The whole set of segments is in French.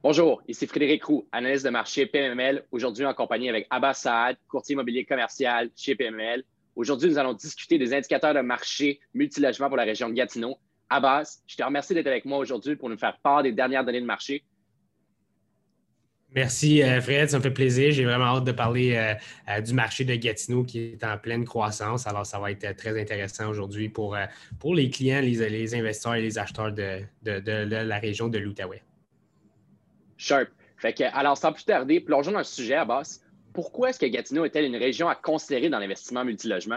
Bonjour, ici Frédéric Roux, analyste de marché PMML, aujourd'hui en compagnie avec Abbas Saad, courtier immobilier commercial chez PMML. Aujourd'hui, nous allons discuter des indicateurs de marché multilogement pour la région de Gatineau. Abbas, je te remercie d'être avec moi aujourd'hui pour nous faire part des dernières données de marché. Merci, Fred. Ça me fait plaisir. J'ai vraiment hâte de parler du marché de Gatineau qui est en pleine croissance. Alors, ça va être très intéressant aujourd'hui pour les clients, les investisseurs et les acheteurs de la région de l'Outaouais. Sharp. Alors, sans plus tarder, plongeons dans le sujet, Abbas. Pourquoi est-ce que Gatineau est-elle une région à considérer dans l'investissement multilogement?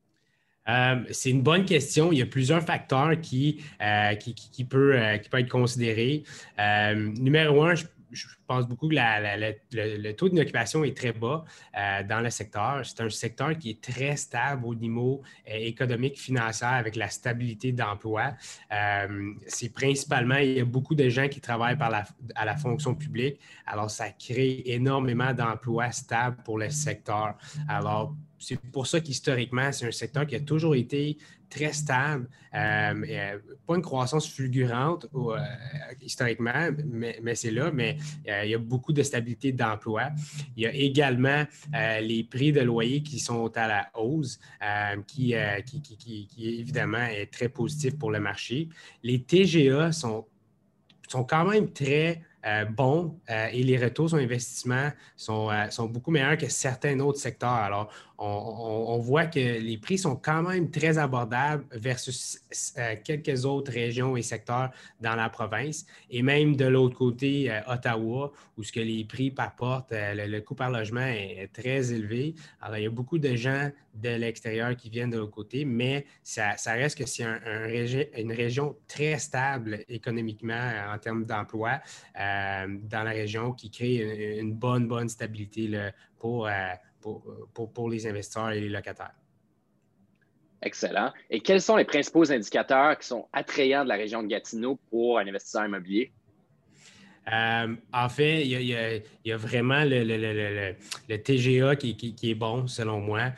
C'est une bonne question. Il y a plusieurs facteurs qui peuvent être considérés. Numéro un, je pense beaucoup que le taux d'inoccupation est très bas dans le secteur. C'est un secteur qui est très stable au niveau économique, financier, avec la stabilité d'emploi. C'est principalement, il y a beaucoup de gens qui travaillent à la fonction publique. Alors, ça crée énormément d'emplois stables pour le secteur. Alors, c'est pour ça qu'historiquement, c'est un secteur qui a toujours été très stable, pas une croissance fulgurante historiquement, mais c'est là, mais il y a beaucoup de stabilité d'emploi. Il y a également les prix de loyer qui sont à la hausse, qui évidemment est très positif pour le marché. Les TGA sont quand même très bons et les retours sur investissement sont beaucoup meilleurs que certains autres secteurs. Alors, on voit que les prix sont quand même très abordables versus quelques autres régions et secteurs dans la province. Et même de l'autre côté, Ottawa, où ce que les prix par porte, le coût par logement est très élevé. Alors, il y a beaucoup de gens de l'extérieur qui viennent de l'autre côté, mais ça reste que c'est une région très stable économiquement en termes d'emploi dans la région qui crée une bonne stabilité là, pour les investisseurs et les locataires. Excellent. Et quels sont les principaux indicateurs qui sont attrayants de la région de Gatineau pour un investisseur immobilier? En fait, il y a vraiment le TGA qui est bon, selon moi.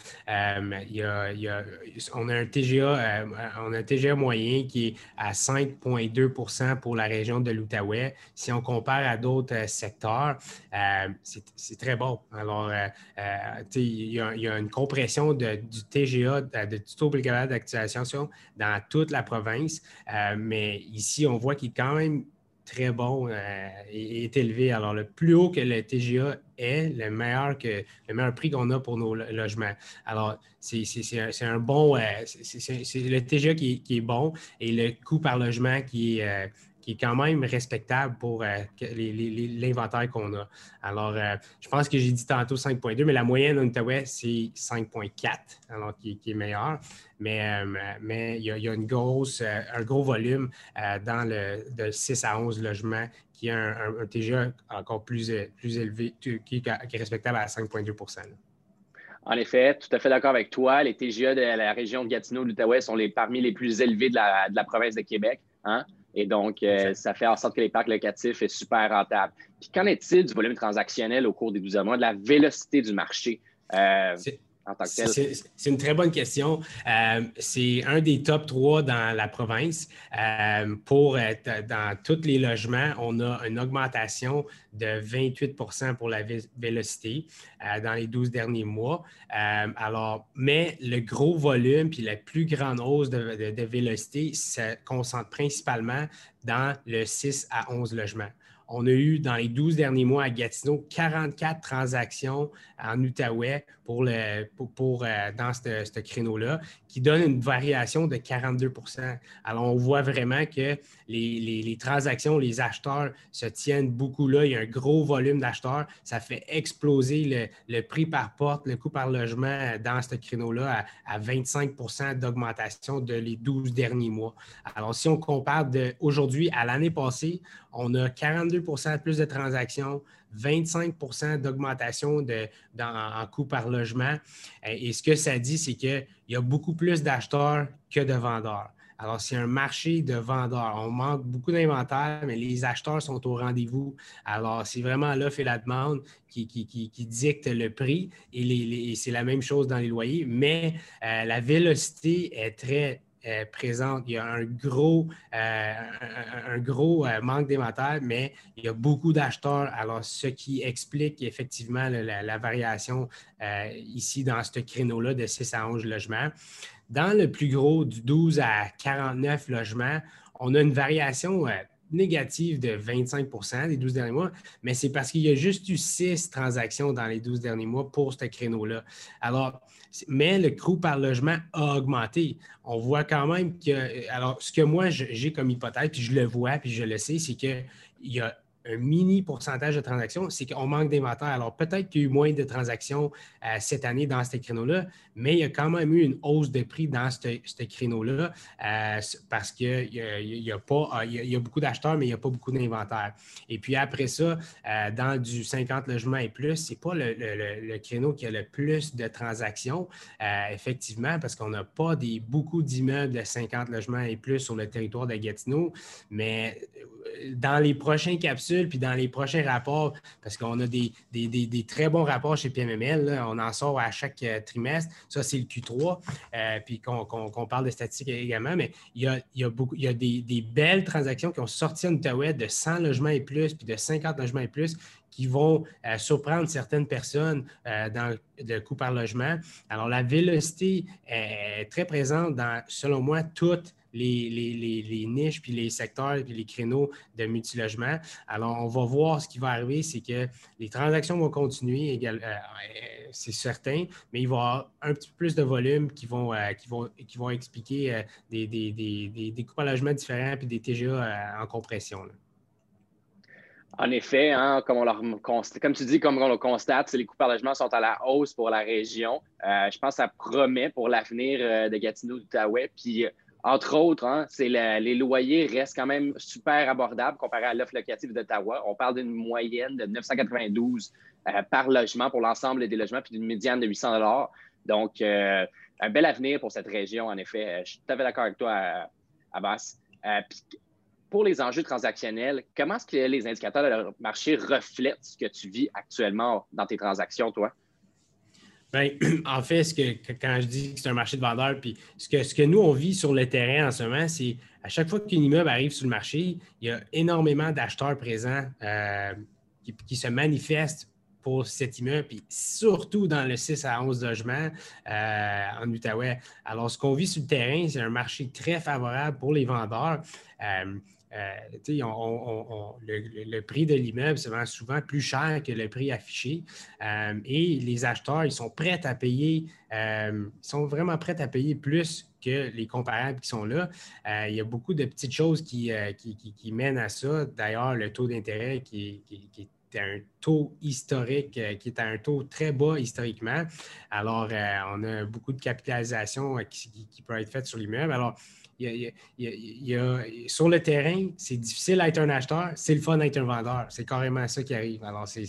On a un TGA moyen qui est à 5,2 pour la région de l'Outaouais. Si on compare à d'autres secteurs, c'est très bon. Alors, il y a une compression du TGA, du taux obligatoire d'actualisation dans toute la province. Mais ici, on voit qu'il est quand même très bon et est élevé. Alors, le plus haut que le TGA est, le meilleur prix qu'on a pour nos logements. Alors, c'est un bon... c'est le TGA qui est bon et le coût par logement qui est quand même respectable pour l'inventaire qu'on a. Alors, je pense que j'ai dit tantôt 5,2, mais la moyenne en Outaouais, c'est 5,4, alors qui est meilleur. Mais il y a un gros volume de 6 à 11 logements qui a un TGA encore plus élevé, qui est respectable à 5,2 %. En effet, tout à fait d'accord avec toi. Les TGA de la région de Gatineau, de l'Outaouais sont parmi les plus élevés de la province de Québec. Hein? Et donc, ça fait en sorte que les parcs locatifs est super rentable. Puis, qu'en est-il du volume transactionnel au cours des 12 mois, de la vélocité du marché en tant que tel? C'est une très bonne question. C'est un des top 3 dans la province. Dans tous les logements, on a une augmentation de 28 pour la vélocité dans les 12 derniers mois. Mais le gros volume puis la plus grande hausse de vélocité se concentre principalement dans le 6 à 11 logements. On a eu dans les 12 derniers mois à Gatineau 44 transactions en Outaouais dans ce créneau-là, qui donne une variation de 42 %. Alors, on voit vraiment que les transactions, les acheteurs se tiennent beaucoup là. Il y a un gros volume d'acheteurs. Ça fait exploser le prix par porte, le coût par logement dans ce créneau-là à 25 % d'augmentation de les 12 derniers mois. Alors, si on compare d'aujourd'hui à l'année passée, on a 42 % plus de transactions, 25 % d'augmentation en coût par logement. Et ce que ça dit, c'est qu'il y a beaucoup plus d'acheteurs que de vendeurs. Alors, c'est un marché de vendeurs. On manque beaucoup d'inventaire, mais les acheteurs sont au rendez-vous. Alors, c'est vraiment l'offre et la demande qui dictent le prix. Et c'est la même chose dans les loyers, mais la vélocité est présente. Il y a un gros manque d'inventaire, mais il y a beaucoup d'acheteurs. Alors, ce qui explique effectivement la variation ici dans ce créneau-là de 6 à 11 logements. Dans le plus gros, du 12 à 49 logements, on a une variation négative de 25 des 12 derniers mois, mais c'est parce qu'il y a juste eu 6 transactions dans les 12 derniers mois pour ce créneau-là. Alors, mais le coût par logement a augmenté. On voit quand même que, alors, ce que moi, j'ai comme hypothèse, puis je le vois, puis je le sais, c'est qu'il y a un mini pourcentage de transactions, c'est qu'on manque d'inventaire. Alors, peut-être qu'il y a eu moins de transactions cette année dans ce créneau-là, mais il y a quand même eu une hausse de prix dans ce créneau-là parce qu'il y a beaucoup d'acheteurs, mais il n'y a pas beaucoup d'inventaire. Et puis après ça, dans du 50 logements et plus, ce n'est pas le créneau qui a le plus de transactions, effectivement, parce qu'on n'a pas beaucoup d'immeubles de 50 logements et plus sur le territoire de Gatineau, mais dans les prochaines capsules puis dans les prochains rapports, parce qu'on a des très bons rapports chez PMML, là, on en sort à chaque trimestre. Ça, c'est le Q3, puis qu'on parle de statistiques également, mais il y a des belles transactions qui ont sorti en Outaouais de 100 logements et plus, puis de 50 logements et plus, qui vont surprendre certaines personnes dans le coût par logement. Alors, la vélocité est très présente dans, selon moi, toutes les niches, puis les secteurs, puis les créneaux de multilogement. Alors, on va voir ce qui va arriver, c'est que les transactions vont continuer, c'est certain, mais il va y avoir un petit peu plus de volume qui vont expliquer des coûts par logement différents puis des TGA en compression, là. En effet, hein, comme tu dis, comme on le constate, les coûts par logement sont à la hausse pour la région. Je pense que ça promet pour l'avenir de Gatineau, d'Outaouais. Puis, entre autres, hein, les loyers restent quand même super abordables comparé à l'offre locative d'Ottawa. On parle d'une moyenne de 992 par logement pour l'ensemble des logements, puis d'une médiane de 800 $. Donc, un bel avenir pour cette région, en effet. Je suis tout à fait d'accord avec toi, Abbas. Puis, pour les enjeux transactionnels, comment est-ce que les indicateurs de marché reflètent ce que tu vis actuellement dans tes transactions, toi? Bien, en fait, quand je dis que c'est un marché de vendeurs, puis ce que nous, on vit sur le terrain en ce moment, c'est à chaque fois qu'un immeuble arrive sur le marché, il y a énormément d'acheteurs présents qui se manifestent pour cet immeuble, puis surtout dans le 6 à 11 logements en Outaouais. Alors, ce qu'on vit sur le terrain, c'est un marché très favorable pour les vendeurs. Le prix de l'immeuble se vend souvent plus cher que le prix affiché. Et les acheteurs, ils sont prêts à payer, ils sont vraiment prêts à payer plus que les comparables qui sont là. Il y a beaucoup de petites choses qui mènent à ça. D'ailleurs, le taux d'intérêt qui est à un taux historique, qui est à un taux très bas historiquement. Alors, on a beaucoup de capitalisation qui peut être faite sur l'immeuble. Alors, sur le terrain, c'est difficile d'être un acheteur, c'est le fun d'être un vendeur. C'est carrément ça qui arrive. Alors, c'est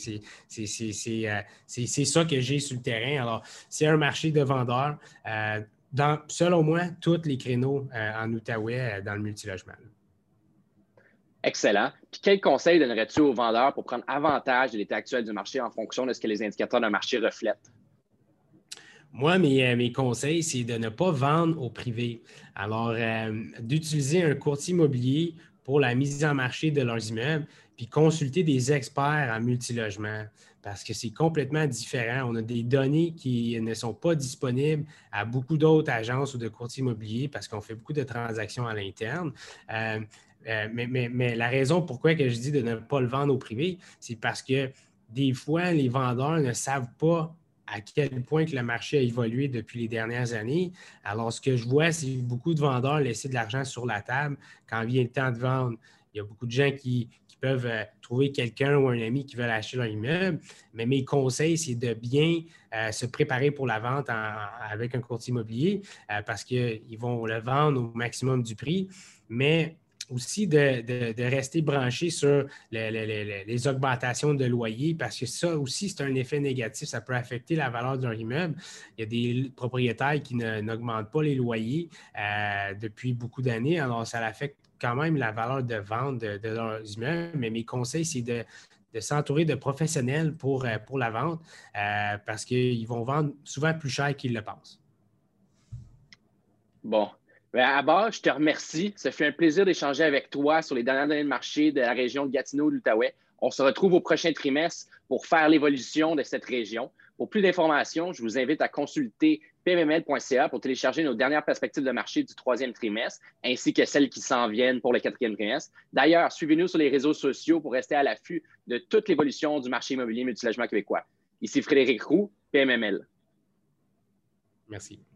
ça que j'ai sur le terrain. Alors, c'est un marché de vendeurs. Selon moi, tous les créneaux en Outaouais dans le multilogement. Excellent. Puis quel conseil donnerais-tu aux vendeurs pour prendre avantage de l'état actuel du marché en fonction de ce que les indicateurs d'un marché reflètent? Moi, mes conseils, c'est de ne pas vendre au privé. Alors, d'utiliser un courtier immobilier pour la mise en marché de leurs immeubles, puis consulter des experts en multilogement parce que c'est complètement différent. On a des données qui ne sont pas disponibles à beaucoup d'autres agences ou de courtiers immobiliers parce qu'on fait beaucoup de transactions à l'interne. Mais la raison pourquoi que je dis de ne pas le vendre au privé, c'est parce que des fois, les vendeurs ne savent pas à quel point que le marché a évolué depuis les dernières années. Alors, ce que je vois, c'est beaucoup de vendeurs laisser de l'argent sur la table quand vient le temps de vendre. Il y a beaucoup de gens qui peuvent trouver quelqu'un ou un ami qui veut acheter leur immeuble. Mais mes conseils, c'est de bien se préparer pour la vente avec un courtier immobilier parce qu'ils vont le vendre au maximum du prix. Mais aussi de rester branché sur les augmentations de loyer parce que ça aussi, c'est un effet négatif. Ça peut affecter la valeur d'un immeuble. Il y a des propriétaires qui n'augmentent pas les loyers depuis beaucoup d'années. Alors, ça affecte quand même la valeur de vente de leurs immeubles. Mais mes conseils, c'est de s'entourer de professionnels pour la vente parce qu'ils vont vendre souvent plus cher qu'ils le pensent. Bon. À bas, je te remercie. Ça fait un plaisir d'échanger avec toi sur les dernières données de marché de la région de Gatineau, de l'Outaouais. On se retrouve au prochain trimestre pour faire l'évolution de cette région. Pour plus d'informations, je vous invite à consulter pmml.ca pour télécharger nos dernières perspectives de marché du troisième trimestre, ainsi que celles qui s'en viennent pour le quatrième trimestre. D'ailleurs, suivez-nous sur les réseaux sociaux pour rester à l'affût de toute l'évolution du marché immobilier multilogement québécois. Ici Frédéric Roux, PMML. Merci.